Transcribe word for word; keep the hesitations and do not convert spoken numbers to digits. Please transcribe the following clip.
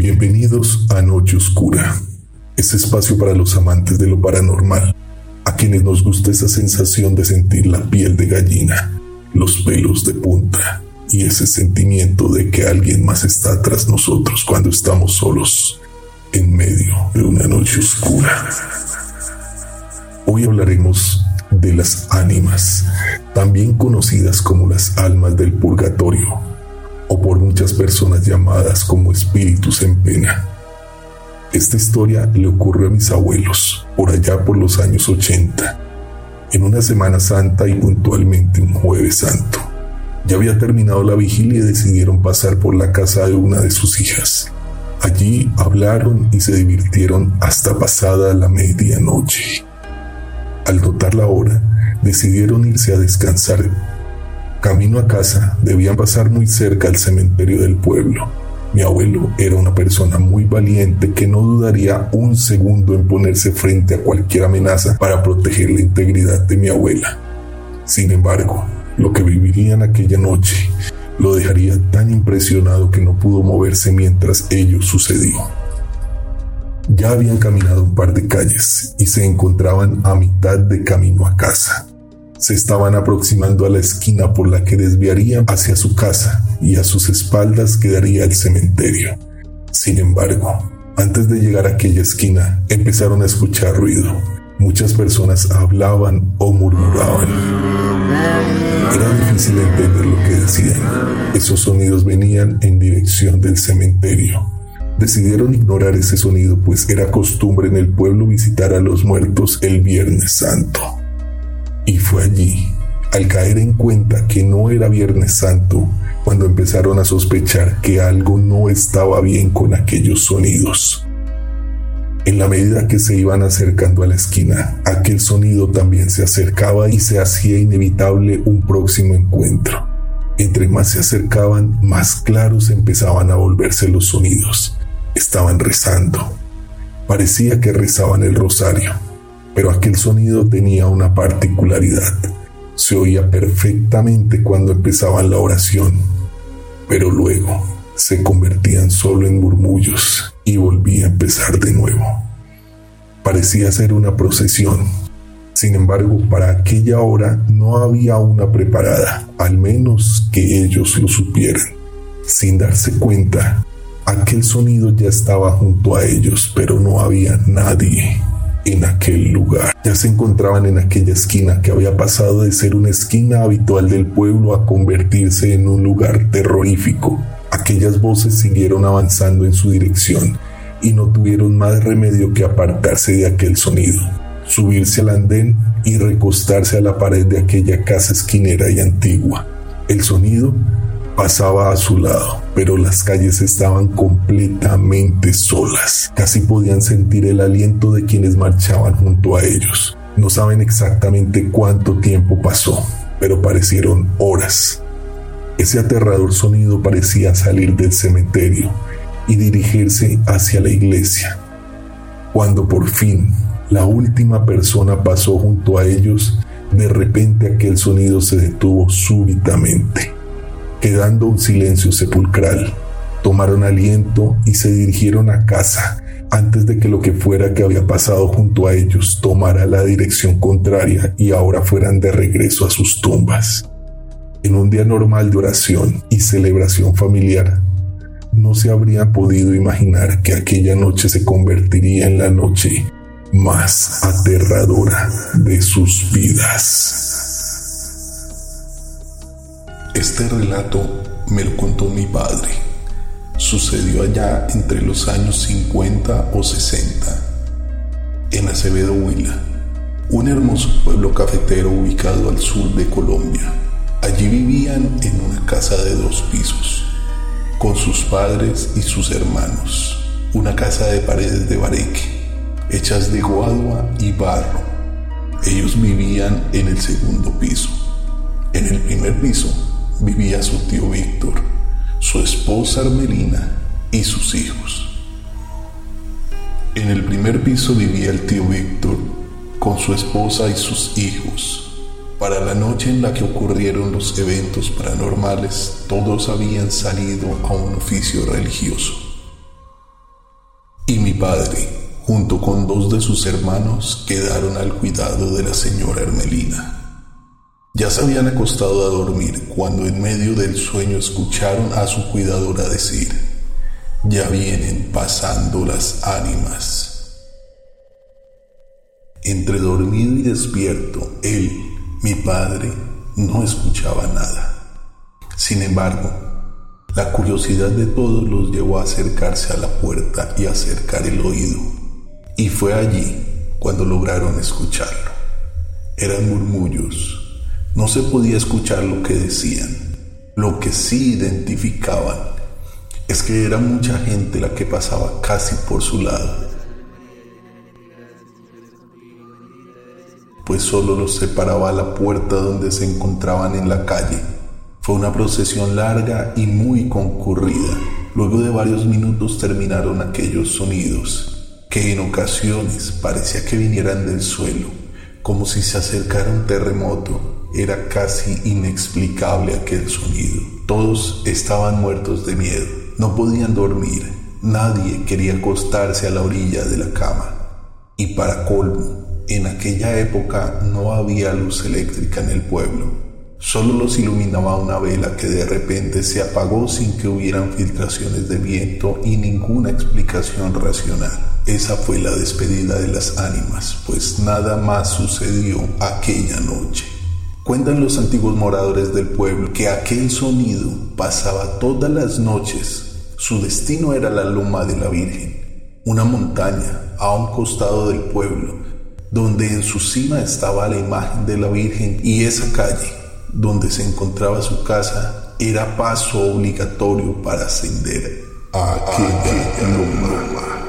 Bienvenidos a Noche Oscura, ese espacio para los amantes de lo paranormal, a quienes nos gusta esa sensación de sentir la piel de gallina, los pelos de punta y ese sentimiento de que alguien más está tras nosotros cuando estamos solos en medio de una noche oscura. Hoy hablaremos de las ánimas, también conocidas como las almas del purgatorio, o por muchas personas llamadas como espíritus en pena. Esta historia le ocurrió a mis abuelos, por allá por los años ochenta, en una Semana Santa y puntualmente un Jueves Santo. Ya había terminado la vigilia y decidieron pasar por la casa de una de sus hijas. Allí hablaron y se divirtieron hasta pasada la medianoche. Al notar la hora, decidieron irse a descansar. Camino a casa, debían pasar muy cerca al cementerio del pueblo. Mi abuelo era una persona muy valiente que no dudaría un segundo en ponerse frente a cualquier amenaza para proteger la integridad de mi abuela. Sin embargo, lo que vivirían aquella noche lo dejaría tan impresionado que no pudo moverse mientras ello sucedió. Ya habían caminado un par de calles y se encontraban a mitad de camino a casa. Se estaban aproximando a la esquina por la que desviarían hacia su casa y a sus espaldas quedaría el cementerio. Sin embargo, antes de llegar a aquella esquina, empezaron a escuchar ruido. Muchas personas hablaban o murmuraban. Era difícil entender lo que decían. Esos sonidos venían en dirección del cementerio. Decidieron ignorar ese sonido, pues era costumbre en el pueblo visitar a los muertos el Viernes Santo. Y fue allí, al caer en cuenta que no era Viernes Santo, cuando empezaron a sospechar que algo no estaba bien con aquellos sonidos. En la medida que se iban acercando a la esquina, aquel sonido también se acercaba y se hacía inevitable un próximo encuentro. Entre más se acercaban, más claros empezaban a volverse los sonidos. Estaban rezando. Parecía que rezaban el rosario. Pero aquel sonido tenía una particularidad. Se oía perfectamente cuando empezaban la oración, pero luego se convertían solo en murmullos y volvía a empezar de nuevo. Parecía ser una procesión. Sin embargo, para aquella hora no había una preparada, al menos que ellos lo supieran. Sin darse cuenta, aquel sonido ya estaba junto a ellos, pero no había nadie en aquel lugar. Ya se encontraban en aquella esquina que había pasado de ser una esquina habitual del pueblo a convertirse en un lugar terrorífico. Aquellas voces siguieron avanzando en su dirección y no tuvieron más remedio que apartarse de aquel sonido, subirse al andén y recostarse a la pared de aquella casa esquinera y antigua. El sonido pasaba a su lado, pero las calles estaban completamente solas. Casi podían sentir el aliento de quienes marchaban junto a ellos. No saben exactamente cuánto tiempo pasó, pero parecieron horas. Ese aterrador sonido parecía salir del cementerio y dirigirse hacia la iglesia. Cuando por fin la última persona pasó junto a ellos, de repente aquel sonido se detuvo súbitamente. Quedando un silencio sepulcral, tomaron aliento y se dirigieron a casa antes de que lo que fuera que había pasado junto a ellos tomara la dirección contraria y ahora fueran de regreso a sus tumbas. En un día normal de oración y celebración familiar, no se habrían podido imaginar que aquella noche se convertiría en la noche más aterradora de sus vidas. Este relato me lo contó mi padre. Sucedió allá entre los años cincuenta o sesenta, en Acevedo, Huila, un hermoso pueblo cafetero ubicado al sur de Colombia. Allí vivían en una casa de dos pisos, con sus padres y sus hermanos, una casa de paredes de bareque, hechas de guadua y barro. Ellos vivían en el segundo piso. En el primer piso vivía su tío Víctor, su esposa Armelina y sus hijos. En el primer piso vivía el tío Víctor con su esposa y sus hijos. Para la noche en la que ocurrieron los eventos paranormales, todos habían salido a un oficio religioso. y mi padre, junto con dos de sus hermanos, quedaron al cuidado de la señora Ermelina. Ya se habían acostado a dormir cuando en medio del sueño escucharon a su cuidadora decir: «Ya vienen pasando las ánimas». Entre dormido y despierto, él, mi padre, no escuchaba nada. Sin embargo, la curiosidad de todos los llevó a acercarse a la puerta y acercar el oído. Y fue allí cuando lograron escucharlo. Eran murmullos. No se podía escuchar lo que decían. Lo que sí identificaban es que era mucha gente la que pasaba casi por su lado, pues solo los separaba la puerta donde se encontraban en la calle. Fue una procesión larga y muy concurrida. Luego de varios minutos terminaron aquellos sonidos, que en ocasiones parecía que vinieran del suelo, como si se acercara un terremoto. Era casi inexplicable aquel sonido. Todos estaban muertos de miedo. No podían dormir. Nadie quería acostarse a la orilla de la cama. Y para colmo, en aquella época no había luz eléctrica en el pueblo. Solo los iluminaba una vela que de repente se apagó sin que hubieran filtraciones de viento y ninguna explicación racional. Esa fue la despedida de las ánimas, pues nada más sucedió aquella noche. Cuentan los antiguos moradores del pueblo que aquel sonido pasaba todas las noches. Su destino era la Loma de la Virgen, una montaña a un costado del pueblo, donde en su cima estaba la imagen de la Virgen, y esa calle donde se encontraba su casa era paso obligatorio para ascender a aquella loma.